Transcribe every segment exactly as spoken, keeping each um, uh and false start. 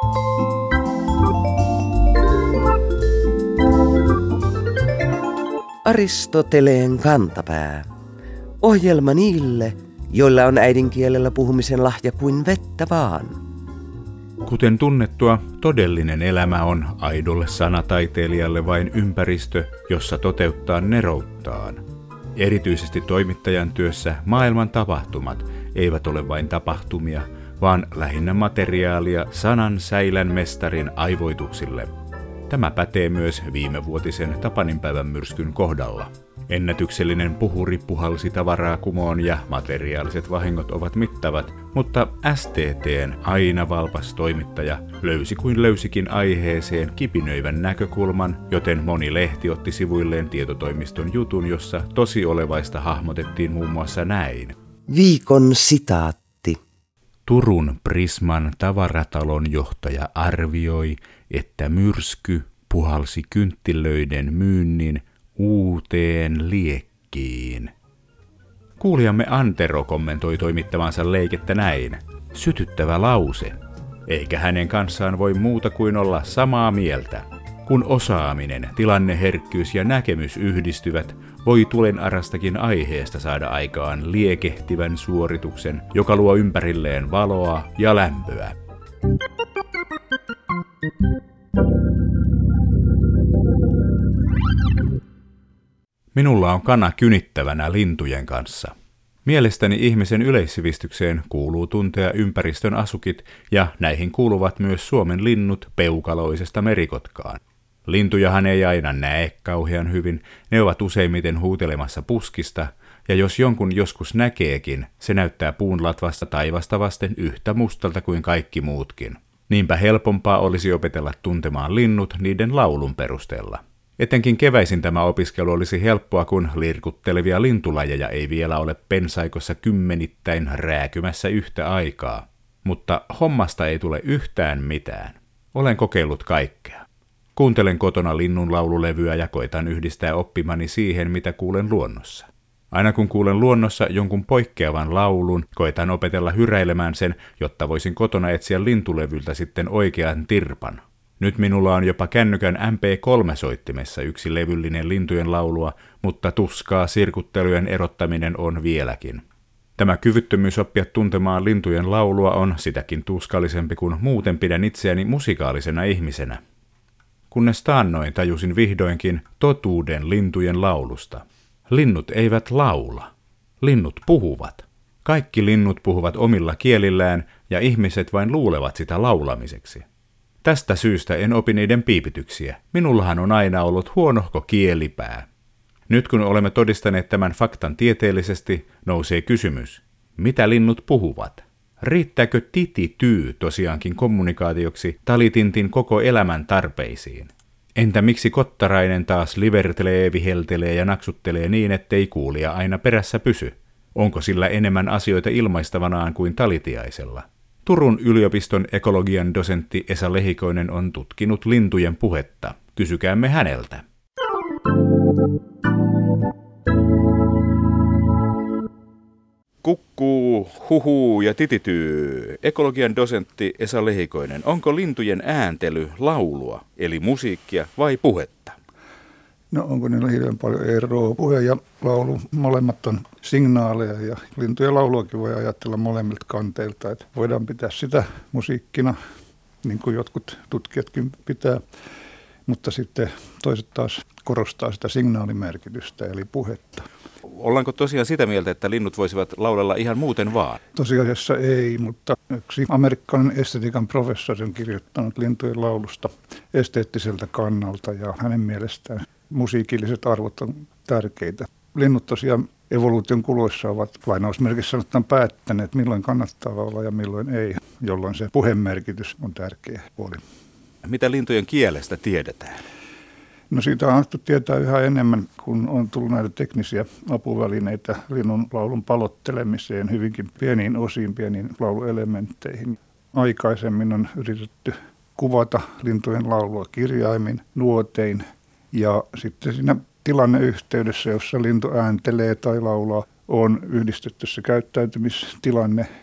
Aristoteleen kantapää. Ohjelma niille, joilla on äidinkielellä puhumisen lahja kuin vettä vaan. Kuten tunnettua, todellinen elämä on aidolle sanataiteilijalle vain ympäristö, jossa toteuttaa nerouttaan. Erityisesti toimittajan työssä maailman tapahtumat eivät ole vain tapahtumia, vaan lähinnä materiaalia sanan säilän mestarin aivoituksille. Tämä pätee myös viimevuotisen Tapaninpäivän myrskyn kohdalla. Ennätyksellinen puhuri puhalsi tavaraa kumoon ja materiaaliset vahingot ovat mittavat, mutta S T T:n aina valpas toimittaja löysi kuin löysikin aiheeseen kipinöivän näkökulman, joten moni lehti otti sivuilleen tietotoimiston jutun, jossa tosi olevaista hahmotettiin muun muassa näin. Viikon sitaatti. Turun Prisman tavaratalon johtaja arvioi, että myrsky puhalsi kynttilöiden myynnin uuteen liekkiin. Kuulijamme Antero kommentoi toimittamansa leikettä näin. Sytyttävä lause. Eikä hänen kanssaan voi muuta kuin olla samaa mieltä. Kun osaaminen, tilanneherkkyys ja näkemys yhdistyvät, voi tulenarastakin aiheesta saada aikaan liekehtivän suorituksen, joka luo ympärilleen valoa ja lämpöä. Minulla on kana kynittävänä lintujen kanssa. Mielestäni ihmisen yleissivistykseen kuuluu tuntea ympäristön asukit, ja näihin kuuluvat myös Suomen linnut peukaloisesta merikotkaan. Lintujahan ei aina näe kauhean hyvin, ne ovat useimmiten huutelemassa puskista, ja jos jonkun joskus näkeekin, se näyttää puun latvasta taivasta vasten yhtä mustalta kuin kaikki muutkin. Niinpä helpompaa olisi opetella tuntemaan linnut niiden laulun perusteella. Etenkin keväisin tämä opiskelu olisi helppoa, kun lirkuttelevia lintulajeja ei vielä ole pensaikossa kymmenittäin rääkymässä yhtä aikaa. Mutta hommasta ei tule yhtään mitään. Olen kokeillut kaikkea. Kuuntelen kotona linnun laululevyä ja koitan yhdistää oppimani siihen, mitä kuulen luonnossa. Aina kun kuulen luonnossa jonkun poikkeavan laulun, koitan opetella hyräilemään sen, jotta voisin kotona etsiä lintulevyltä sitten oikean tirpan. Nyt minulla on jopa kännykän M P kolme -soittimessa yksi levyllinen lintujen laulua, mutta tuskaa sirkuttelujen erottaminen on vieläkin. Tämä kyvyttömyys oppia tuntemaan lintujen laulua on sitäkin tuskallisempi, kun muuten pidän itseäni musikaalisena ihmisenä. Kunnes taannoin tajusin vihdoinkin totuuden lintujen laulusta. Linnut eivät laula. Linnut puhuvat. Kaikki linnut puhuvat omilla kielillään ja ihmiset vain luulevat sitä laulamiseksi. Tästä syystä en opi niiden piipityksiä. Minullahan on aina ollut huonohko kielipää. Nyt kun olemme todistaneet tämän faktan tieteellisesti, nousee kysymys. Mitä linnut puhuvat? Riittääkö titityy tosiaankin kommunikaatioksi talitintin koko elämän tarpeisiin? Entä miksi kottarainen taas livertelee, viheltelee ja naksuttelee niin, ettei kuulija aina perässä pysy? Onko sillä enemmän asioita ilmaistavanaan kuin talitiaisella? Turun yliopiston ekologian dosentti Esa Lehikoinen on tutkinut lintujen puhetta. Kysykäämme häneltä. Kukkuu, huhuu ja titityy. Ekologian dosentti Esa Lehikoinen. Onko lintujen ääntely laulua, eli musiikkia vai puhetta? No onko niillä hirveän paljon eroa? Puhe ja laulu, molemmat on signaaleja ja lintujen lauluakin voi ajatella molemmilta kanteilta. Että voidaan pitää sitä musiikkina, niin kuin jotkut tutkijatkin pitää, mutta sitten toiset taas korostaa sitä signaalimerkitystä eli puhetta. Ollaanko tosiaan sitä mieltä, että linnut voisivat laulella ihan muuten vaan? Tosiasiassa ei, mutta yksi amerikkalainen estetiikan professori on kirjoittanut lintujen laulusta esteettiseltä kannalta ja hänen mielestään musiikilliset arvot on tärkeitä. Linnut tosiaan evoluution kuluissa ovat lainausmerkissä sanotaan päättäneet, milloin kannattaa laulaa ja milloin ei, jolloin se puhemerkitys on tärkeä puoli. Mitä lintujen kielestä tiedetään? No siitä on annettu tietää yhä enemmän, kun on tullut näitä teknisiä apuvälineitä linnun laulun palottelemiseen hyvinkin pieniin osiin, pieniin lauluelementteihin. Aikaisemmin on yritetty kuvata lintujen laulua kirjaimin, nuotein ja sitten siinä tilanneyhteydessä, jossa lintu ääntelee tai laulaa, on yhdistetty se käyttäytymistilanne ja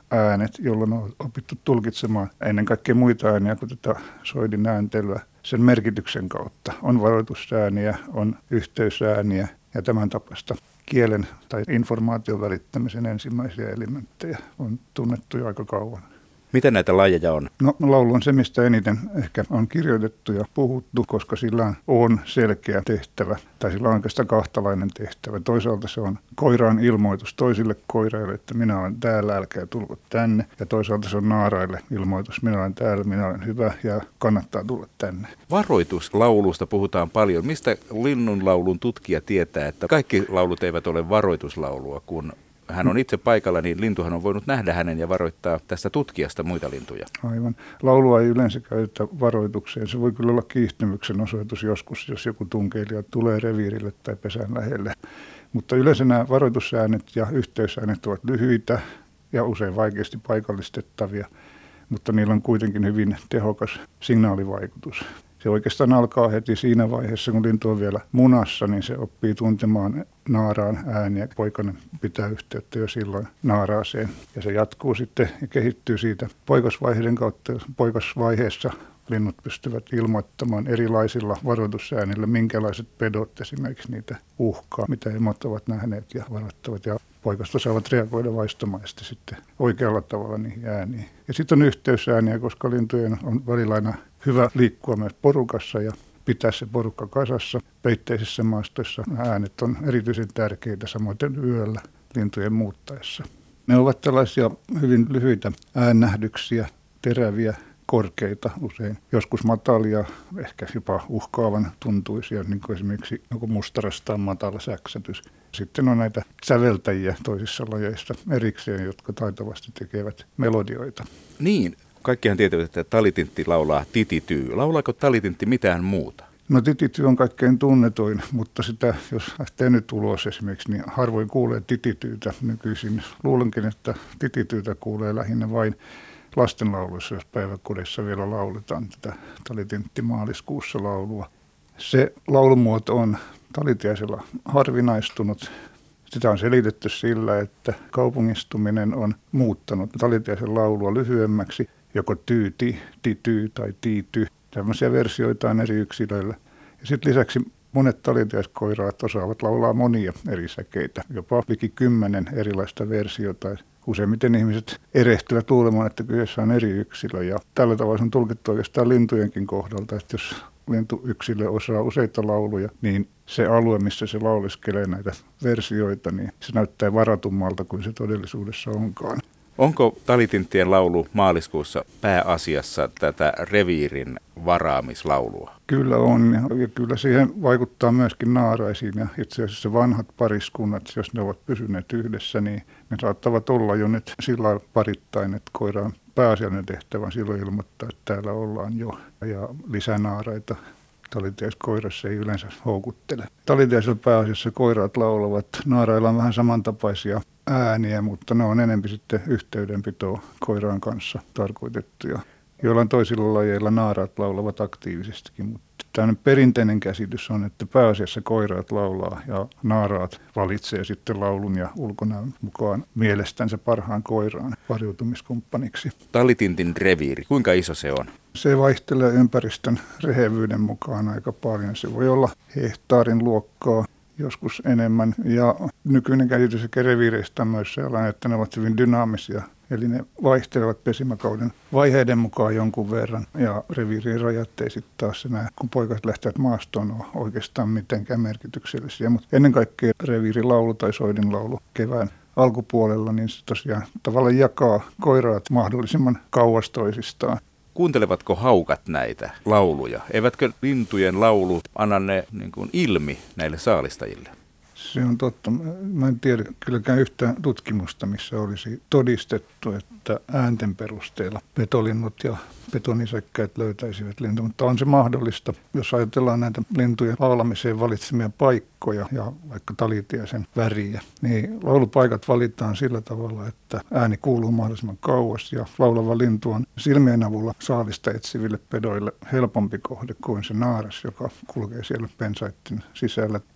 äänet, jolloin on opittu tulkitsemaan ennen kaikkea muita ääniä kuin tätä soidin ääntelyä sen merkityksen kautta. On varoitusääniä, on yhteysääniä ja tämän tapaista kielen tai informaation välittämisen ensimmäisiä elementtejä on tunnettu jo aika kauan. Mitä näitä lajeja on? No, laulu on se, mistä eniten ehkä on kirjoitettu ja puhuttu, koska sillä on selkeä tehtävä, tai sillä on oikeastaan kahtalainen tehtävä. Toisaalta se on koiraan ilmoitus toisille koiraille, että minä olen täällä, älkää tulko tänne. Ja toisaalta se on naaraille ilmoitus, minä olen täällä, minä olen hyvä ja kannattaa tulla tänne. Varoituslaulusta puhutaan paljon. Mistä linnunlaulun tutkija tietää, että kaikki laulut eivät ole varoituslaulua, kun hän on itse paikalla, niin lintuhan on voinut nähdä hänen ja varoittaa tästä tutkijasta muita lintuja. Aivan. Laulua ei yleensä käytetä varoitukseen. Se voi kyllä olla kiihtymyksen osoitus joskus, jos joku tunkeilija tulee reviirille tai pesän lähelle. Mutta yleensä nämä varoitusäänet ja yhteysäänet ovat lyhyitä ja usein vaikeasti paikallistettavia, mutta niillä on kuitenkin hyvin tehokas signaalivaikutus. Se oikeastaan alkaa heti siinä vaiheessa, kun lintu on vielä munassa, niin se oppii tuntemaan naaraan ääniä. Poikainen pitää yhteyttä jo silloin naaraaseen ja se jatkuu sitten ja kehittyy siitä poikasvaiheiden kautta. Poikasvaiheessa linnut pystyvät ilmoittamaan erilaisilla varoitusäänillä, minkälaiset pedot esimerkiksi niitä uhkaa, mitä emot ovat nähneet ja varoittavat. Ja poikasta saavat reagoida vaistomaisesti sitten oikealla tavalla niihin ääniin. Ja sitten on yhteysääniä, koska lintujen on välillä aina hyvä liikkua myös porukassa ja pitää se porukka kasassa. Peitteisissä maastoissa äänet on erityisen tärkeitä, samoin yöllä lintujen muuttaessa. Ne ovat tällaisia hyvin lyhyitä äännähdyksiä, teräviä, korkeita usein, joskus matalia, ehkä jopa uhkaavan tuntuisia, niin kuin esimerkiksi joku mustarastaan matala säksätys. Sitten on näitä säveltäjiä toisissa lajeissa erikseen, jotka taitavasti tekevät melodioita. Niin, kaikkihan tietävät, että talitintti laulaa titityy. Laulaako talitintti mitään muuta? No titityy on kaikkein tunnetuin, mutta sitä, jos lähtee nyt ulos esimerkiksi, niin harvoin kuulee titityytä nykyisin. Luulenkin, että titityytä kuulee lähinnä vain lastenlauluissa, jos päiväkodissa vielä lauletaan tätä talitintti maaliskuussa laulua. Se laulumuoto on talitiaisella harvinaistunut. Sitä on selitetty sillä, että kaupungistuminen on muuttanut talitiaisen laulua lyhyemmäksi, joko tyyti, tityy tai tiity. Tällaisia versioita on eri yksilöillä. Ja sitten lisäksi monet talitiaiskoiraat osaavat laulaa monia eri säkeitä, jopa liki kymmenen erilaista versiota. Useimmiten ihmiset erehtyvät luulemaan, että kyseessä on eri yksilö. Ja tällä tavalla on tulkittu oikeastaan lintujenkin kohdalta, että jos lintuyksilö osaa useita lauluja, niin se alue, missä se lauleskelee näitä versioita, niin se näyttää varatummalta kuin se todellisuudessa onkaan. Onko talitinttien laulu maaliskuussa pääasiassa tätä reviirin varaamislaulua? Kyllä on, ja kyllä siihen vaikuttaa myöskin naaraisiin, ja itse asiassa vanhat pariskunnat, jos ne ovat pysyneet yhdessä, niin ne saattavat olla jo nyt sillä lailla parittain, että koiraan pääasiallinen tehtävä silloin ilmoittaa, että täällä ollaan jo, ja lisänaaraita talitiaiskoirassa ei yleensä houkuttele. Talitiaisella pääasiassa koiraat laulavat, naarailla on vähän samantapaisia ääniä, mutta ne on enemmän sitten yhteydenpitoa koiraan kanssa tarkoitettuja. Joillain toisilla lajeilla naaraat laulavat aktiivisestikin, mutta tämmöinen perinteinen käsitys on, että pääasiassa koiraat laulaa ja naaraat valitsee sitten laulun ja ulkonäön mukaan mielestänsä parhaan koiraan pariutumiskumppaniksi. Talitintin reviiri, kuinka iso se on? Se vaihtelee ympäristön rehevyyden mukaan aika paljon. Se voi olla hehtaarin luokkaa, joskus enemmän. Ja nykyinen käsitys reviireistä on myös sellainen, että ne ovat hyvin dynaamisia. Eli ne vaihtelevat pesimäkauden vaiheiden mukaan jonkun verran. Ja reviirin rajat ei sitten taas enää, kun poikaset lähtevät maastoon, ole oikeastaan mitenkään merkityksellisiä. Mutta ennen kaikkea reviirilaulu tai soidinlaulu kevään alkupuolella, niin se tosiaan tavallaan jakaa koiraat mahdollisimman kauas toisistaan. Kuuntelevatko haukat näitä lauluja? Eivätkö lintujen laulu anna ne niin kuin ilmi näille saalistajille? Se on totta. Mä en tiedä kylläkään yhtään tutkimusta, missä olisi todistettu, että äänten perusteella petolinnut ja petonisäkkäät löytäisivät lintuja. Mutta on se mahdollista, jos ajatellaan näitä lintujen laulamiseen valitsemia paikkoja ja vaikka talitiaisen väriä, niin laulupaikat valitaan sillä tavalla, että ääni kuuluu mahdollisimman kauas ja laulava lintu on silmien avulla saalista etsiville pedoille helpompi kohde kuin se naaras, joka kulkee siellä pensaitten sisällä.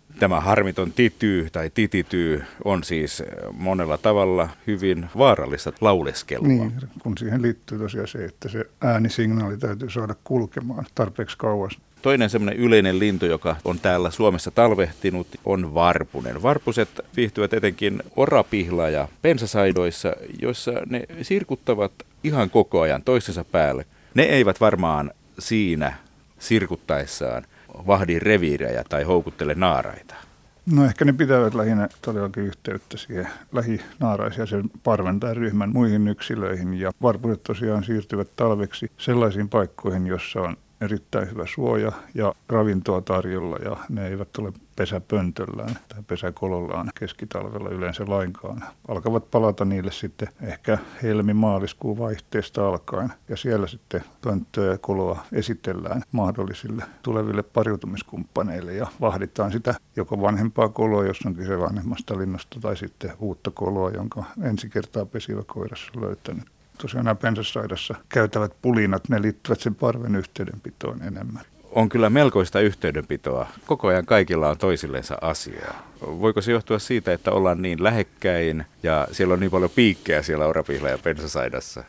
Tämä harmiton tityy tai titityy on siis monella tavalla hyvin vaarallista lauleskelua. Niin, kun siihen liittyy tosiaan se, että se äänisignaali täytyy saada kulkemaan tarpeeksi kauas. Toinen semmoinen yleinen lintu, joka on täällä Suomessa talvehtinut, on varpunen. Varpuset viihtyvät etenkin orapihla- ja pensasaidoissa, joissa ne sirkuttavat ihan koko ajan toistensa päälle. Ne eivät varmaan siinä sirkuttaessaan vahdi reviirejä tai houkuttele naaraita. No ehkä ne pitävät lähinnä todellakin yhteyttä siihen lähinaaraisia sen parven tai ryhmän muihin yksilöihin. Ja varpuset tosiaan siirtyvät talveksi sellaisiin paikkoihin, jossa on erittäin hyvä suoja ja ravintoa tarjolla, ja ne eivät ole pesäpöntöllään tai pesäkolollaan keskitalvella yleensä lainkaan. Alkavat palata niille sitten ehkä helmi-maaliskuun vaihteesta alkaen, ja siellä sitten pönttöä ja koloa esitellään mahdollisille tuleville pariutumiskumppaneille, ja vahditaan sitä joko vanhempaa koloa, jos on kyse vanhemmasta linnusta, tai sitten uutta koloa, jonka ensi kertaa pesivä koiras on löytänyt. Tosiaan nämä pensasaidassa käytävät pulinat, ne liittyvät sen parven yhteydenpitoon enemmän. On kyllä melkoista yhteydenpitoa. Koko ajan kaikilla on toisillensa asiaa. Voiko se johtua siitä, että ollaan niin lähekkäin ja siellä on niin paljon piikkejä siellä orapihla- ja pensasaidassa?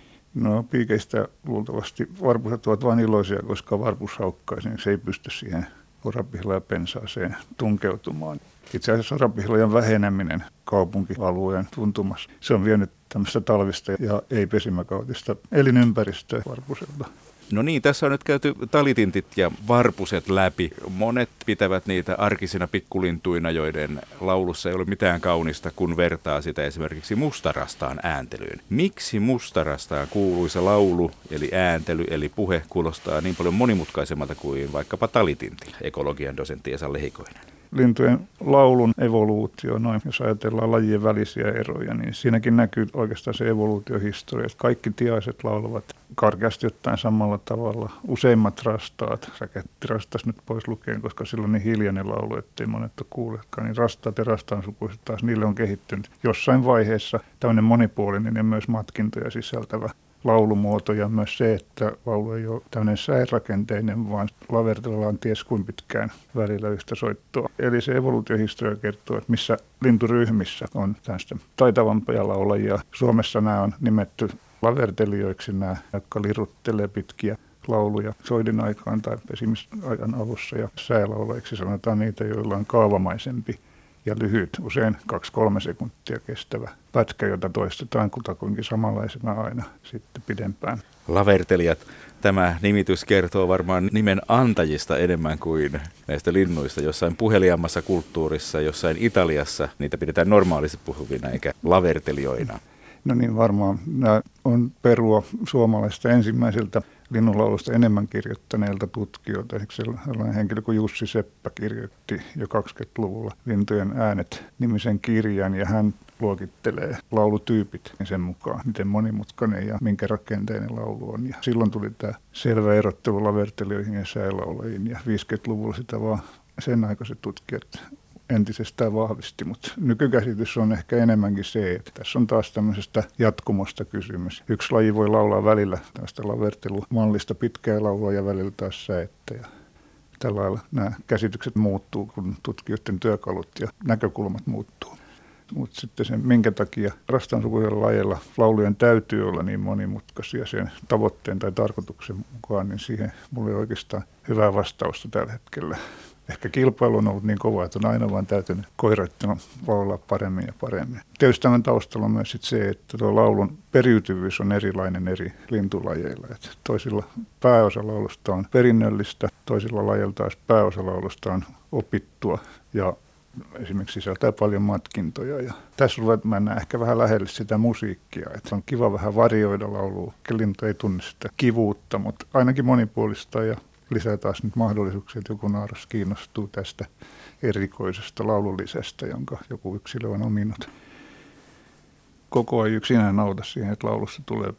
No piikeistä luultavasti varpuset ovat vain iloisia, koska varpus haukkaisi, niin se ei pysty siihen orapihla- ja pensaaseen tunkeutumaan. Itse asiassa orapihlojen väheneminen kaupunkialueen tuntumassa, se on vienyt tämmöistä talvista ja ei-pesimäkautista elinympäristöä varpuselta. No niin, tässä on nyt käyty talitintit ja varpuset läpi. Monet pitävät niitä arkisina pikkulintuina, joiden laulussa ei ole mitään kaunista, kun vertaa sitä esimerkiksi mustarastaan ääntelyyn. Miksi mustarastaan kuuluisa laulu, eli ääntely, eli puhe, kuulostaa niin paljon monimutkaisemmalta kuin vaikkapa talitinti, ekologian dosentti Esa Lehikoinen? Lintujen laulun evoluutio, noin, jos ajatellaan lajien välisiä eroja, niin siinäkin näkyy oikeastaan se evoluutiohistoria. Kaikki tiaiset laulavat karkeasti ottaen samalla tavalla. Useimmat rastaat, räkättirastas nyt pois lukeen, koska silloin niin hiljainen laulu, ettei monet ole kuulleetkaan, niin rastaat ja rastaansukuiset taas, niille on kehittynyt jossain vaiheessa tämmöinen monipuolinen ja myös matkintoja sisältävä laulumuoto, ja myös se, että laulu ei ole tämmöinen säirakenteinen, vaan lavertellaan ties kuin pitkään välillä yhtä soittoa. Eli se evoluutiohistoria kertoo, että missä linturyhmissä on tästä taitavampia laulajia. Suomessa nämä on nimetty lavertelijoiksi, nämä, jotka liruttelee pitkiä lauluja soidin aikaan tai pesimisajan alussa, ja säälaulajiksi sanotaan niitä, joilla on kaavamaisempi ja lyhyt, usein kaksi kolme sekuntia kestävä pätkä, jota toistetaan kutakuinkin samanlaisena aina sitten pidempään. Lavertelijat. Tämä nimitys kertoo varmaan nimen antajista enemmän kuin näistä linnuista. Jossain puheliammassa kulttuurissa, jossain Italiassa niitä pidetään normaalisti puhuvina eikä lavertelijoina. No niin, varmaan nämä on perua suomalaisista ensimmäisiltä linnunlaulusta enemmän kirjoittaneilta tutkijoilta. Sellainen henkilö kuin Jussi Seppä kirjoitti jo kaksikymmentäluvulla Lintujen äänet -nimisen kirjan, ja hän luokittelee laulutyypit sen mukaan, miten monimutkainen ja minkä rakenteinen laulu on. Ja silloin tuli tämä selvä erottelu lavertelijoihin ja säälaulajiin, ja viisikymmentäluvulla sitä vaan sen aikaiset tutkijat entisestään vahvisti, mutta nykykäsitys on ehkä enemmänkin se, että tässä on taas tämmöisestä jatkumosta kysymys. Yksi laji voi laulaa välillä tästä lavertelumallista pitkää laulua ja välillä taas säettä. Ja tällä lailla nämä käsitykset muuttuu, kun tutkijoiden työkalut ja näkökulmat muuttuu. Mutta sitten se, minkä takia rastaansukuisella lajilla laulujen täytyy olla niin monimutkaisia sen tavoitteen tai tarkoituksen mukaan, niin siihen mulla ei oikeastaan hyvää vastausta tällä hetkellä. Ehkä kilpailu on ollut niin kova, että on aina vaan täytynyt koiroittanut laulaa paremmin ja paremmin. Tietysti tämän taustalla on myös sit se, että tuo laulun periytyvyys on erilainen eri lintulajeilla. Et toisilla pääosa laulusta on perinnöllistä, toisilla lajeilla taas pääosa laulusta on opittua ja esimerkiksi sisältää paljon matkintoja. Ja tässä mennään ehkä vähän lähelle sitä musiikkia. Että on kiva vähän varioida laulua. Lintu ei tunne sitä kivuutta, mutta ainakin monipuolista ja lisää taas nyt mahdollisuuksia, että joku naaras kiinnostuu tästä erikoisesta laululisestä, jonka joku yksilö on ominut. Koko ei yksinään auta siihen, että laulussa tulee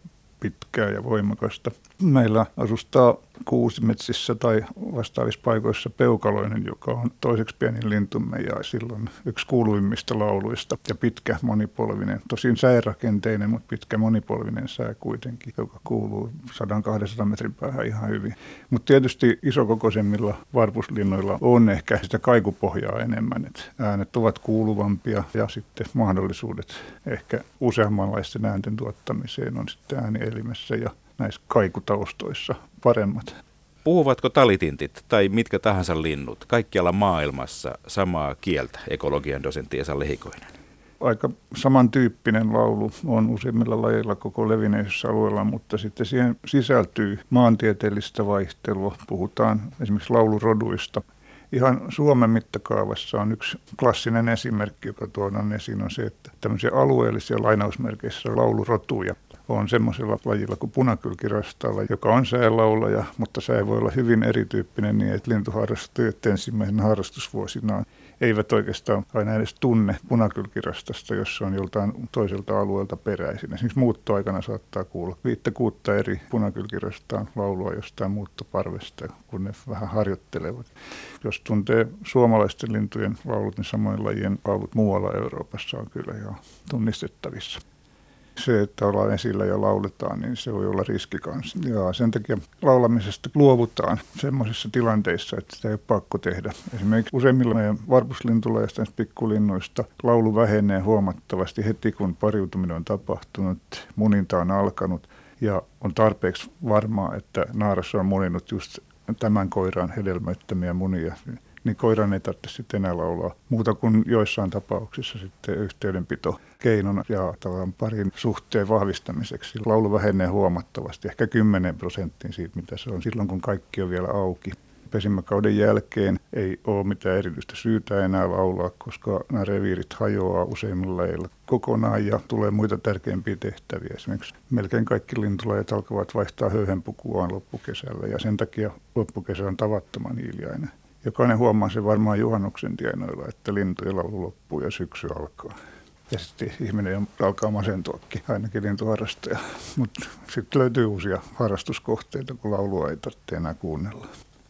pitkää ja voimakasta. Meillä asustaa kuusimetsissä tai vastaavissa paikoissa peukaloinen, joka on toiseksi pienin lintumme ja silloin yksi kuuluimmista lauluista. Ja pitkä monipolvinen, tosin säirakenteinen, mutta pitkä monipolvinen sää kuitenkin, joka kuuluu sata kaksisataa metrin päähän ihan hyvin. Mutta tietysti isokokoisemmilla varpuslinnoilla on ehkä sitä kaikupohjaa enemmän, että äänet ovat kuuluvampia ja sitten mahdollisuudet ehkä useammanlaisten äänten tuottamiseen on sitten äänielimessä ja näissä kaikutaustoissa paremmat. Puhuvatko talitintit tai mitkä tahansa linnut kaikkialla maailmassa samaa kieltä, ekologian dosentti Esa Lehikoinen? Aika samantyyppinen laulu on useimmilla lajeilla koko levinneisessä alueella, mutta sitten siihen sisältyy maantieteellistä vaihtelua. Puhutaan esimerkiksi lauluroduista. Ihan Suomen mittakaavassa on yksi klassinen esimerkki, joka tuodaan esiin, on se, että tämmöisiä alueellisia lainausmerkeissä laulurotuja on semmoisella lajilla kuin punakylkirastaalla, joka on säälaulaja, mutta sää voi olla hyvin erityyppinen niin, että lintuharrastajat ensimmäisenä harrastusvuosinaan eivät oikeastaan aina edes tunne punakylkirastasta, jos se on joltain toiselta alueelta peräisin. Esimerkiksi muuttoaikana saattaa kuulla viittä kuutta eri punakylkirastaan laulua jostain muuttoparvesta, kun ne vähän harjoittelevat. Jos tuntee suomalaisten lintujen laulut, niin samoin lajien laulut muualla Euroopassa on kyllä ihan tunnistettavissa. Se, että ollaan esillä ja lauletaan, niin se voi olla riski kanssa. Ja sen takia laulamisesta luovutaan semmoisissa tilanteissa, että sitä ei ole pakko tehdä. Esimerkiksi useimmilla meidän varpuslintuleista ja pikkulinnuista laulu vähenee huomattavasti heti, kun pariutuminen on tapahtunut, muninta on alkanut ja on tarpeeksi varmaa, että naaras on muninut just tämän koiran hedelmöittämiä munia. Niin koiran ei tarvitse sitten enää laulaa muuta kuin joissain tapauksissa sitten yhteydenpito keinona ja tavallaan parin suhteen vahvistamiseksi. Laulu vähenee huomattavasti, ehkä kymmenen prosenttia siitä, mitä se on silloin, kun kaikki on vielä auki. Pesimäkauden jälkeen ei ole mitään erityistä syytä enää laulaa, koska nämä reviirit hajoaa useimmilla lajeilla kokonaan ja tulee muita tärkeimpiä tehtäviä. Esimerkiksi melkein kaikki lintulajat alkavat vaihtaa höyhenpukuaan loppukesällä ja sen takia loppukesä on tavattoman hiljainen. Jokainen huomaa sen varmaan juhannuksen tienoilla, että lintujen laulu loppuu ja syksy alkaa. Ja sitten ihminen alkaa masentuakin, ainakin lintuharrastaja. Mutta sitten löytyy uusia harrastuskohteita, kun laulua ei tarvitse enää kuunnella.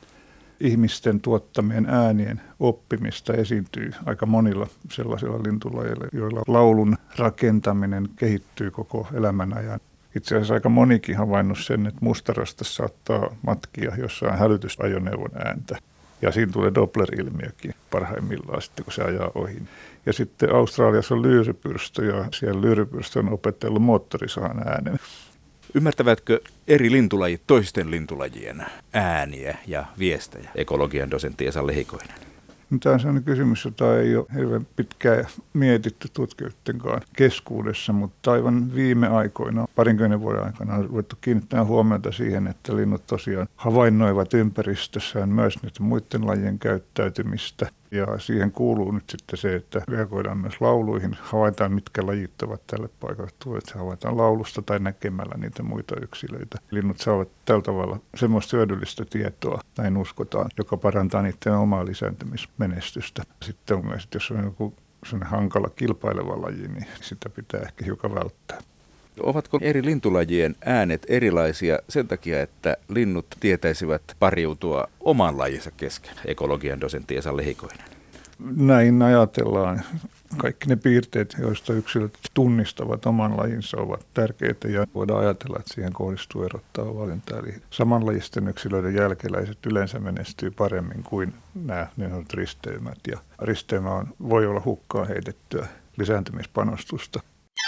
Ihmisten tuottamien äänien oppimista esiintyy aika monilla sellaisilla lintulajeilla, joilla laulun rakentaminen kehittyy koko elämän ajan. Itse asiassa aika monikin havainnut sen, että mustarastas saattaa matkia jossain hälytysajoneuvon ääntä. Ja siinä tulee Doppler-ilmiökin parhaimmillaan sitten, kun se ajaa ohi. Ja sitten Australiassa on lyyrypyrstö ja siellä lyyrypyrstö on opetellut moottorisahan äänen. Ymmärtävätkö eri lintulajit toisten lintulajien ääniä ja viestejä, ekologian dosentti Esa Lehikoinen? Tämä on sellainen kysymys, jota ei ole hirveän pitkään mietitty tutkijoidenkaan keskuudessa, mutta aivan viime aikoina, parinkymmenen vuoden aikana on ruvettu kiinnittämään huomiota siihen, että linnut tosiaan havainnoivat ympäristössään myös nyt muiden lajien käyttäytymistä. Ja siihen kuuluu nyt sitten se, että reagoidaan myös lauluihin, havaitaan mitkä lajit ovat tälle paikalle tulleet, havaitaan laulusta tai näkemällä niitä muita yksilöitä. Linnut saavat tällä tavalla semmoista hyödyllistä tietoa, näin uskotaan, joka parantaa niiden omaa lisääntymismenestystä. Sitten on myös, jos on joku sellainen hankala kilpaileva laji, niin sitä pitää ehkä hiukan välttää. Ovatko eri lintulajien äänet erilaisia sen takia, että linnut tietäisivät pariutua oman lajinsa kesken, ekologian dosentti Esa Lehikoinen? Näin ajatellaan. Kaikki ne piirteet, joista yksilöt tunnistavat oman lajinsa, ovat tärkeitä ja voidaan ajatella, että siihen kohdistuu erottava valinta. Eli samanlajisten yksilöiden jälkeläiset yleensä menestyy paremmin kuin nämä niin sanotut risteymät. Ja risteymä on, voi olla hukkaan heitettyä lisääntymispanostusta.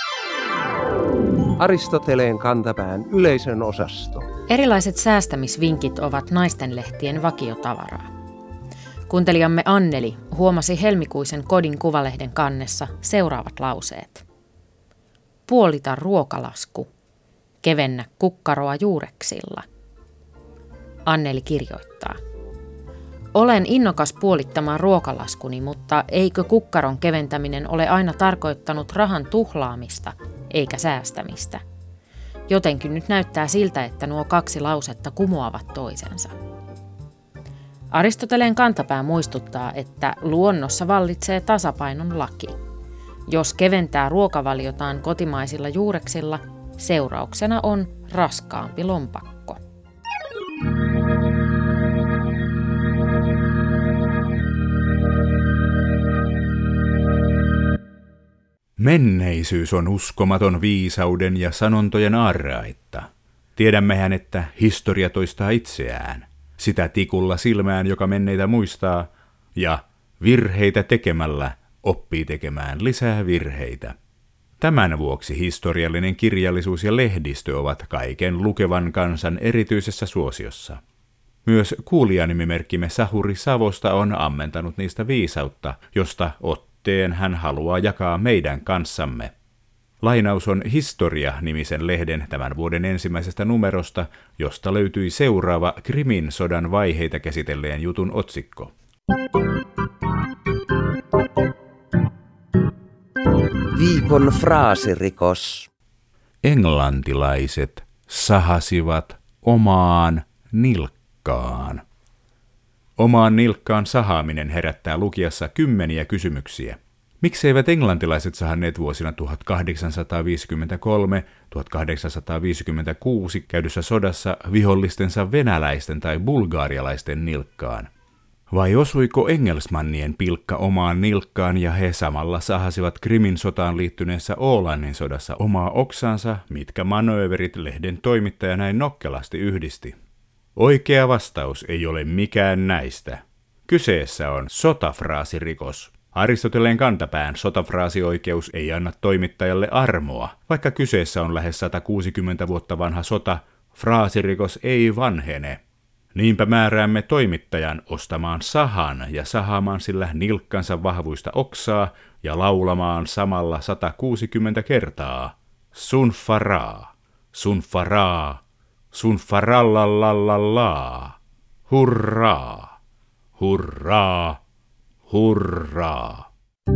Aristoteleen kantapään yleisön osasto. Erilaiset säästämisvinkit ovat naistenlehtien vakiotavaraa. Kuuntelijamme Anneli huomasi helmikuisen Kodin Kuvalehden kannessa seuraavat lauseet. Puolita ruokalasku. Kevennä kukkaroa juureksilla. Anneli kirjoittaa. Olen innokas puolittamaan ruokalaskuni, mutta eikö kukkaron keventäminen ole aina tarkoittanut rahan tuhlaamista eikä säästämistä? Jotenkin nyt näyttää siltä, että nuo kaksi lausetta kumoavat toisensa. Aristoteleen kantapää muistuttaa, että luonnossa vallitsee tasapainon laki. Jos keventää ruokavaliotaan kotimaisilla juureksilla, Seurauksena on raskaampi lompakko. Menneisyys on uskomaton viisauden ja sanontojen aarreaitta. Tiedämmehän, että historia toistaa itseään. Sitä tikulla silmään, joka menneitä muistaa, ja virheitä tekemällä oppii tekemään lisää virheitä. Tämän vuoksi historiallinen kirjallisuus ja lehdistö ovat kaiken lukevan kansan erityisessä suosiossa. Myös kuulijanimimerkkimme Sahuri Savosta on ammentanut niistä viisautta, josta otteen hän haluaa jakaa meidän kanssamme. Lainaus on Historia-nimisen lehden tämän vuoden ensimmäisestä numerosta, josta löytyi seuraava Krimin sodan vaiheita käsitelleen jutun otsikko. Viikon fraasirikos. Englantilaiset sahasivat omaan nilkkaan. Omaan nilkkaan sahaaminen herättää lukijassa kymmeniä kysymyksiä. Mikseivät englantilaiset sahanneet vuosina tuhatkahdeksansataaviisikymmentäkolme tuhatkahdeksansataaviisikymmentäkuusi käydyssä sodassa vihollistensa venäläisten tai bulgaarialaisten nilkkaan? Vai osuiko engelsmannien pilkka omaan nilkkaan ja he samalla sahasivat Krimin sotaan liittyneessä Ålannin sodassa omaa oksansa, mitkä manööverit lehden toimittaja näin nokkelasti yhdisti? Oikea vastaus ei ole mikään näistä. Kyseessä on sotafraasirikos. Aristoteleen kantapään sotafraasioikeus ei anna toimittajalle armoa. Vaikka kyseessä on lähes sata kuusikymmentä vuotta vanha sota, fraasirikos ei vanhene. Niinpä määräämme toimittajan ostamaan sahan ja sahaamaan sillä nilkkansa vahvuista oksaa ja laulamaan samalla sata kuusikymmentä kertaa. Sun faraa, sun faraa, sun farallallallallaa. Hurraa, hurraa, hurraa.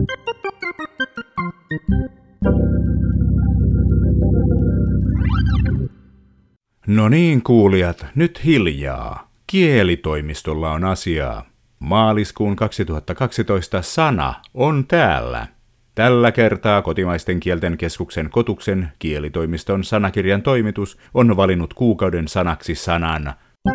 No niin, kuulijat, nyt hiljaa. Kielitoimistolla on asiaa. Maaliskuun kaksituhattakaksitoista sana on täällä. Tällä kertaa Kotimaisten kielten keskuksen Kotuksen kielitoimiston sanakirjan toimitus on valinnut kuukauden sanaksi sanan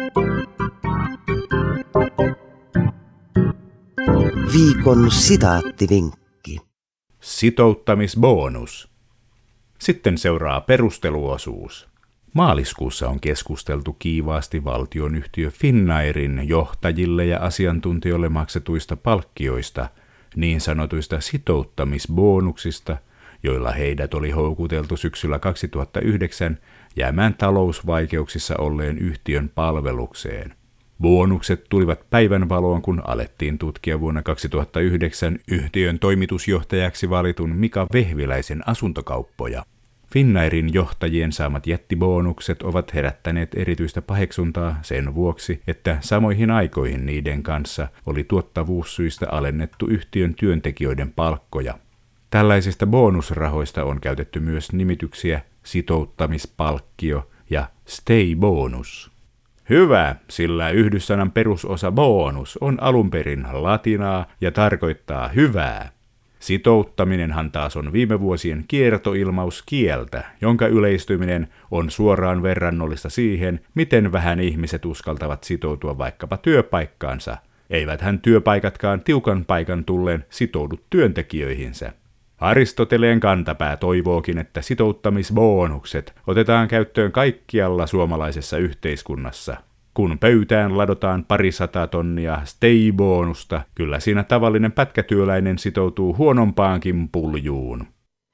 Viikon sitaattivinkki. Sitouttamisbonus. Sitten seuraa perusteluosuus. Maaliskuussa on keskusteltu kiivaasti valtionyhtiö Finnairin johtajille ja asiantuntijoille maksetuista palkkioista, niin sanotuista sitouttamisbonuksista, joilla heidät oli houkuteltu syksyllä kaksituhattayhdeksän jäämään talousvaikeuksissa olleen yhtiön palvelukseen. Bonukset tulivat päivänvaloon, kun alettiin tutkia vuonna kaksituhattayhdeksän yhtiön toimitusjohtajaksi valitun Mika Vehviläisen asuntokauppoja. Finnairin johtajien saamat jättibonukset ovat herättäneet erityistä paheksuntaa sen vuoksi, että samoihin aikoihin niiden kanssa oli tuottavuussyistä alennettu yhtiön työntekijöiden palkkoja. Tällaisista bonusrahoista on käytetty myös nimityksiä sitouttamispalkkio ja stay-bonus. Hyvä, sillä yhdyssanan perusosa bonus on alun perin latinaa ja tarkoittaa hyvää. Sitouttaminenhan taas on viime vuosien kiertoilmaus kieltä, jonka yleistyminen on suoraan verrannollista siihen, miten vähän ihmiset uskaltavat sitoutua vaikkapa työpaikkaansa. Eiväthän työpaikatkaan tiukan paikan tulleen sitoudu työntekijöihinsä. Aristoteleen kantapää toivookin, että sitouttamisbonukset otetaan käyttöön kaikkialla suomalaisessa yhteiskunnassa. Kun pöytään ladotaan parisataa tonnia stay-bonusta, kyllä siinä tavallinen pätkätyöläinen sitoutuu huonompaankin puljuun.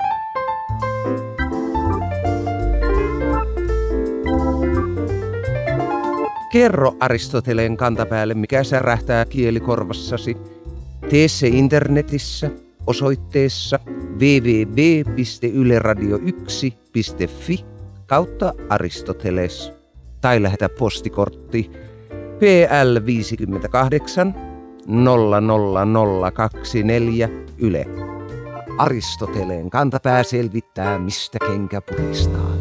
Kerro Aristoteleen kantapäälle, mikä särähtää kielikorvassasi. Tee se internetissä osoitteessa double-u double-u double-u piste yle radio yksi piste fi kautta Aristoteles. Tai lähetä postikortti P L viisikymmentäkahdeksan nolla nolla nolla kaksikymmentäneljä Yle. Aristoteleen kantapää selvittää, mistä kenkä puristaa.